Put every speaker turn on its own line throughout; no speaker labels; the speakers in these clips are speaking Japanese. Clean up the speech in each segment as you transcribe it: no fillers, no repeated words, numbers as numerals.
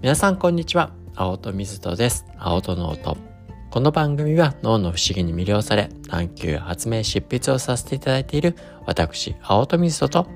皆さんこんにちは。青戸水戸です。青戸ノート。この番組は脳の不思議に魅了され探求発明執筆をさせていただいている私青戸水戸と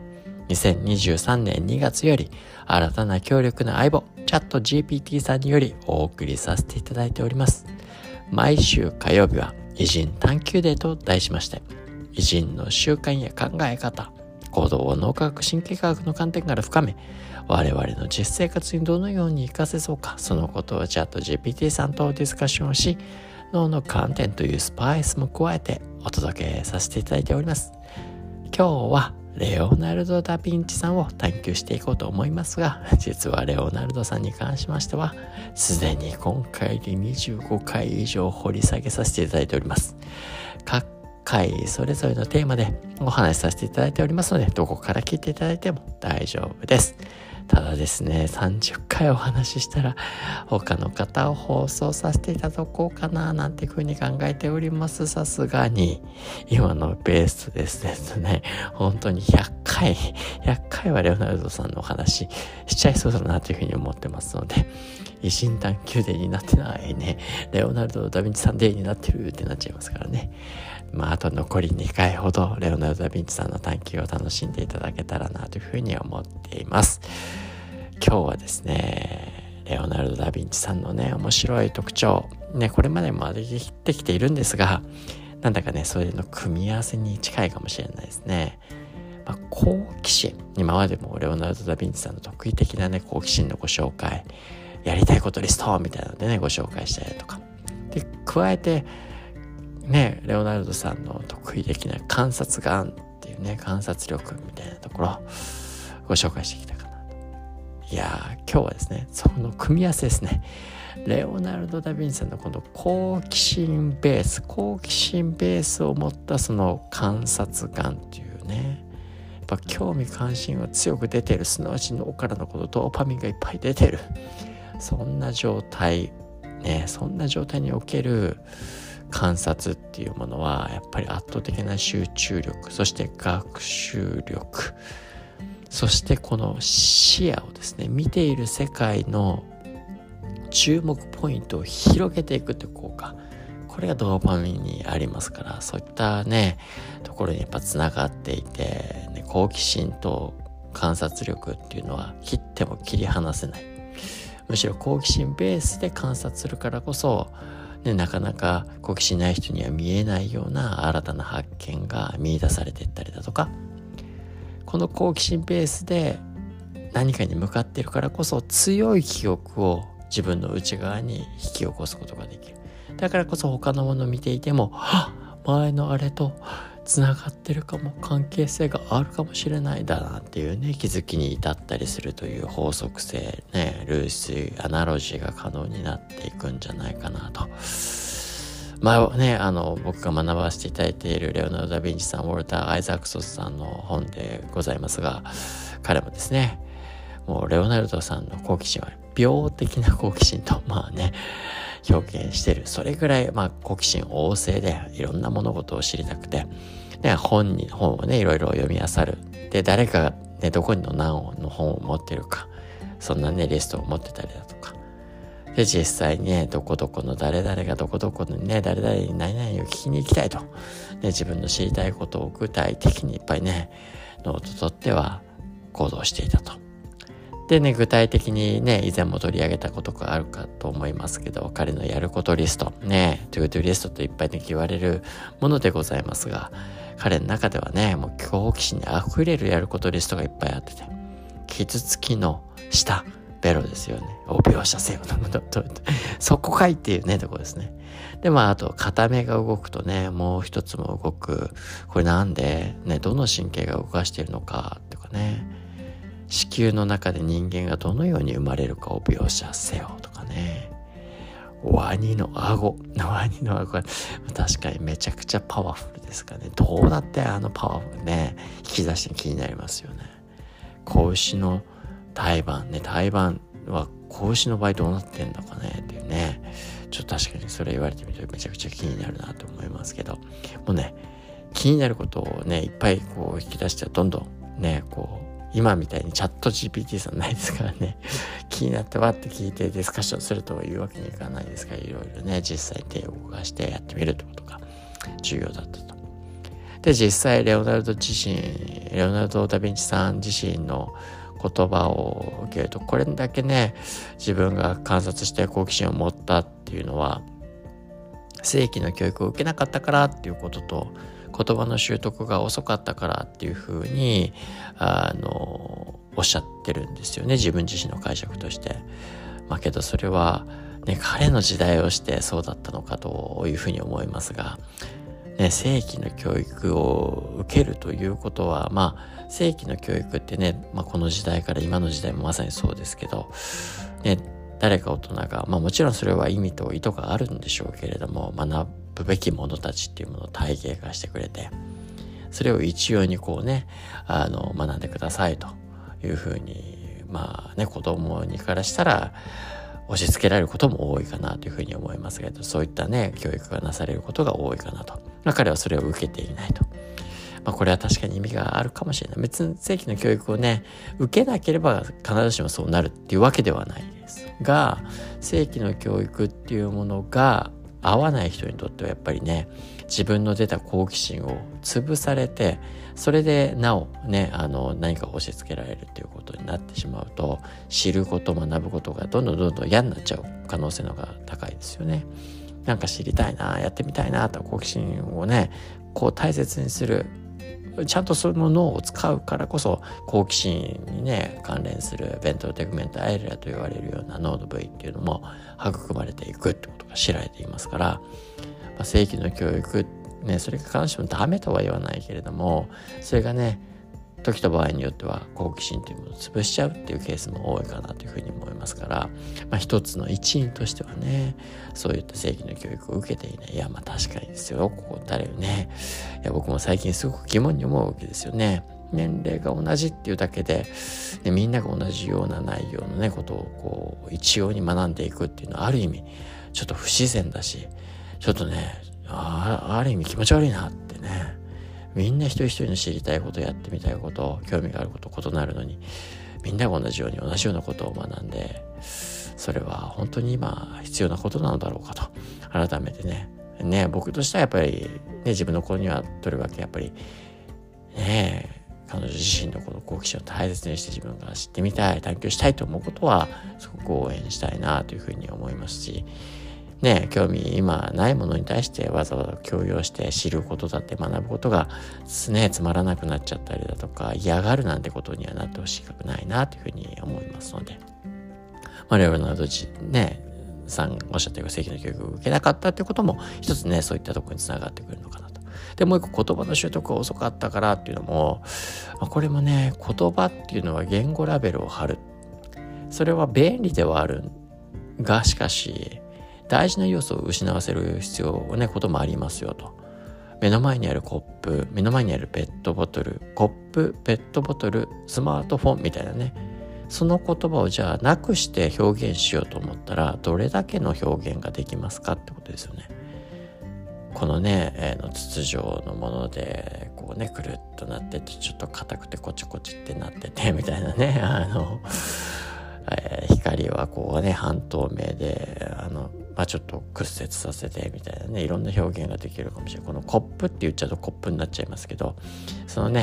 2023年2月より新たな強力な相棒チャット GPT さんによりお送りさせていただいております。毎週火曜日は偉人探求デーと題しまして、偉人の習慣や考え方、行動を脳科学神経科学の観点から深め、我々の実生活にどのように活かせそうか、そのことをチャット GPT さんとディスカッションをし、脳の観点というスパイスも加えてお届けさせていただいております。今日はレオナルド・ダ・ヴィンチさんを探求していこうと思いますが、実はレオナルドさんに関しましてはすでに今回で25回以上掘り下げさせていただいております。各回それぞれのテーマでお話しさせていただいておりますので、どこから聞いていただいても大丈夫です。ただですね、30回お話ししたら他の方を放送させていただこうかななんていうふうに考えております。さすがに今のペースですね、本当に100回はレオナルドさんのお話しちゃいそうだなというふうに思ってますので、偉人探求デーになってないね、レオナルド・ダ・ヴィンチさんデーになってるってなっちゃいますからね。あと残り2回ほどレオナルド・ダ・ヴィンチさんの探求を楽しんでいただけたらなというふうに思っています。今日はですね、レオナルド・ダ・ヴィンチさんのね、面白い特徴ね、これまでもできてきているんですが、なんだかね、それの組み合わせに近いかもしれないですね。好奇心、今までもレオナルド・ダ・ヴィンチさんの得意的なね、好奇心のご紹介、やりたいことリストみたいなのでね、ご紹介したりとかで、加えてね、レオナルドさんの得意的な観察眼っていうね、観察力みたいなところをご紹介してきたかなと。いやー、今日はですね、その組み合わせですね。レオナルド・ダ・ヴィンチさんのこの好奇心ベースを持ったその観察眼っていうね、やっぱ興味関心が強く出てる、すなわち脳からのこのドーパミンがいっぱい出てる、そんな状態ね、そんな状態における観察っていうものはやっぱり圧倒的な集中力、そして学習力、そしてこの視野をですね、見ている世界の注目ポイントを広げていくという効果、これがドーパミンにありますから、そういったねところにやっぱつながっていて、ね、好奇心と観察力っていうのは切っても切り離せない。むしろ好奇心ベースで観察するからこそね、なかなか好奇心ない人には見えないような新たな発見が見出されていったりだとか、この好奇心ベースで何かに向かっているからこそ強い記憶を自分の内側に引き起こすことができる。だからこそ他のものを見ていても、前のあれとつながってるかも、関係性があるかもしれないだなっていうね、気づきに至ったりするという法則性ね、類推アナロジーが可能になっていくんじゃないかなと。僕が学ばせていただいているレオナルド・ダ・ヴィンチさん、ウォルター・アイザックソンさんの本でございますが、彼もですね、もうレオナルドさんの好奇心は病的な好奇心と表現してる。それぐらい好奇心旺盛でいろんな物事を知りたくて、本をねいろいろ読み漁る。で、誰かがねどこにの何の本を持ってるか、そんなねリストを持ってたりだとか。で、実際にねどこどこの誰々がどこどこのね誰々に何々を聞きに行きたいと、自分の知りたいことを具体的にいっぱいねノート取っては行動していたと。でね、具体的にね、以前も取り上げたことがあるかと思いますけど、彼のやることリスト、ね、トゥードゥリストといっぱい言われるものでございますが、彼の中ではね、もう好奇心に溢れるやることリストがいっぱいあってて、傷つきの下、ベロですよね。を描写せよ。そこかいっていうね、とこですね。で、あと、片目が動くとね、もう一つも動く。これなんで、ね、どの神経が動かしているのか、とかね。子宮の中で人間がどのように生まれるかを描写せよとかね。ワニの顎が確かにめちゃくちゃパワフルですからね。どうなってあのパワフルね引き出して気になりますよね。子牛の胎盤は子牛の場合どうなってんのかねっていうね、ちょっと確かにそれ言われてみるとめちゃくちゃ気になるなと思いますけど、もうね気になることをねいっぱい引き出してどんどんね今みたいにチャット GPT さんないですからね気になってわって聞いてディスカッションするというわけにいかないですから、いろいろね実際手を動かしてやってみるってことが重要だったと。で実際レオナルド・ダ・ヴィンチさん自身の言葉を受けると、これだけね自分が観察して好奇心を持ったっていうのは正規の教育を受けなかったからっていうことと、言葉の習得が遅かったからっていうふうにおっしゃってるんですよね、自分自身の解釈として。けどそれはね彼の時代をしてそうだったのかというふうに思いますが、正規の教育を受けるということは、正規の教育ってね、この時代から今の時代もまさにそうですけど、誰か大人が、もちろんそれは意味と意図があるんでしょうけれども、学ぶべきものたちっていうものを体系化してくれて、それを一様に学んでくださいというふうに、子供にからしたら押し付けられることも多いかなというふうに思いますけど、そういった教育がなされることが多いかなと。彼はそれを受けていないと。これは確かに意味があるかもしれない。別に正規の教育を受けなければ必ずしもそうなるっていうわけではないですが、正規の教育っていうものが合わない人にとってはやっぱり自分の出た好奇心を潰されて、それでなお何か押し付けられるっていうことになってしまうと、知ること学ぶことがどんどん嫌になっちゃう可能性の方が高いですよね。なんか知りたいな、やってみたいなと好奇心を大切にする、ちゃんとその脳を使うからこそ好奇心に関連するベントルテグメントアイレアと言われるような脳の部位っていうのも育まれていくってことが知られていますから、正規の教育それが必ずしもダメとは言わないけれども、それが時と場合によっては好奇心というものを潰しちゃうっていうケースも多いかなというふうに思いますから、一つの一因としてはそういった正規の教育を受けていない。いや確かにですよ、ここ誰よね。いや僕も最近すごく疑問に思うわけですよね。年齢が同じっていうだけで、みんなが同じような内容のことを一様に学んでいくっていうのはある意味ちょっと不自然だし、ちょっとある意味気持ち悪いなってみんな一人一人の知りたいこと、やってみたいこと、興味があること異なるのに、みんなが同じように同じようなことを学んで、それは本当に今必要なことなのだろうかと改めて僕としてはやっぱり自分の子にはとりわけやっぱり彼女自身のこの好奇心を大切にして自分が知ってみたい、探求したいと思うことはすごく応援したいなというふうに思いますし、興味今ないものに対してわざわざ強要して知ることだって学ぶことがつまらなくなっちゃったりだとか嫌がるなんてことにはなってほしくないなというふうに思いますので、レオナルドさんおっしゃったように正規の教育を受けなかったということも一つそういったところにつながってくるのかなと。でもう一個、言葉の習得が遅かったからっていうのも、これも言葉っていうのは言語ラベルを貼る、それは便利ではあるが、しかし大事な要素を失わせる必要こともありますよと。目の前にあるコップ、目の前にあるペットボトル、コップ、ペットボトル、スマートフォンみたいなその言葉をじゃあなくして表現しようと思ったらどれだけの表現ができますかってことですよね。この筒状のものでくるっとなってて、ちょっと硬くてコチコチってなっててみたいな光は半透明でちょっと屈折させてみたいないろんな表現ができるかもしれない。このコップって言っちゃうとコップになっちゃいますけど、その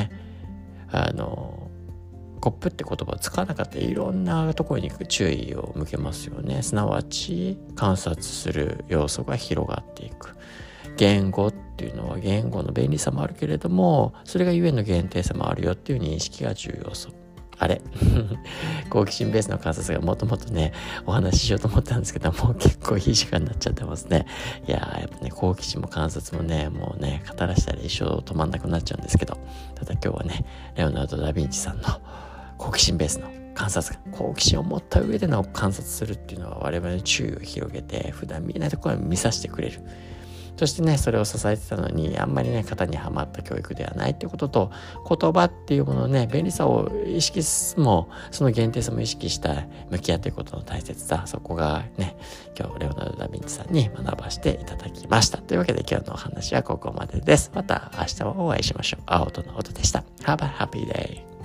コップって言葉を使わなかったらいろんなところに注意を向けますよね。すなわち観察する要素が広がっていく。言語っていうのは言語の便利さもあるけれども、それがゆえの限定さもあるよっていう認識が重要そう。あれ好奇心ベースの観察がもともとお話ししようと思ったんですけど、もう結構いい時間になっちゃってますね。いややっぱ好奇心も観察ももう語らしたら一生止まんなくなっちゃうんですけど、ただ今日はレオナルド・ダ・ヴィンチさんの好奇心ベースの観察、好奇心を持った上での観察するっていうのは我々の注意を広げて普段見えないところを見させてくれる。そしてそれを支えてたのにあんまり型にはまった教育ではないってことと、言葉っていうものの便利さを意識しつつもその限定さも意識した向き合っていくことの大切さ、そこが今日レオナルド・ダ・ヴィンチさんに学ばせていただきました。というわけで今日のお話はここまでです。また明日もお会いしましょう。青との音でした。Have a happy day.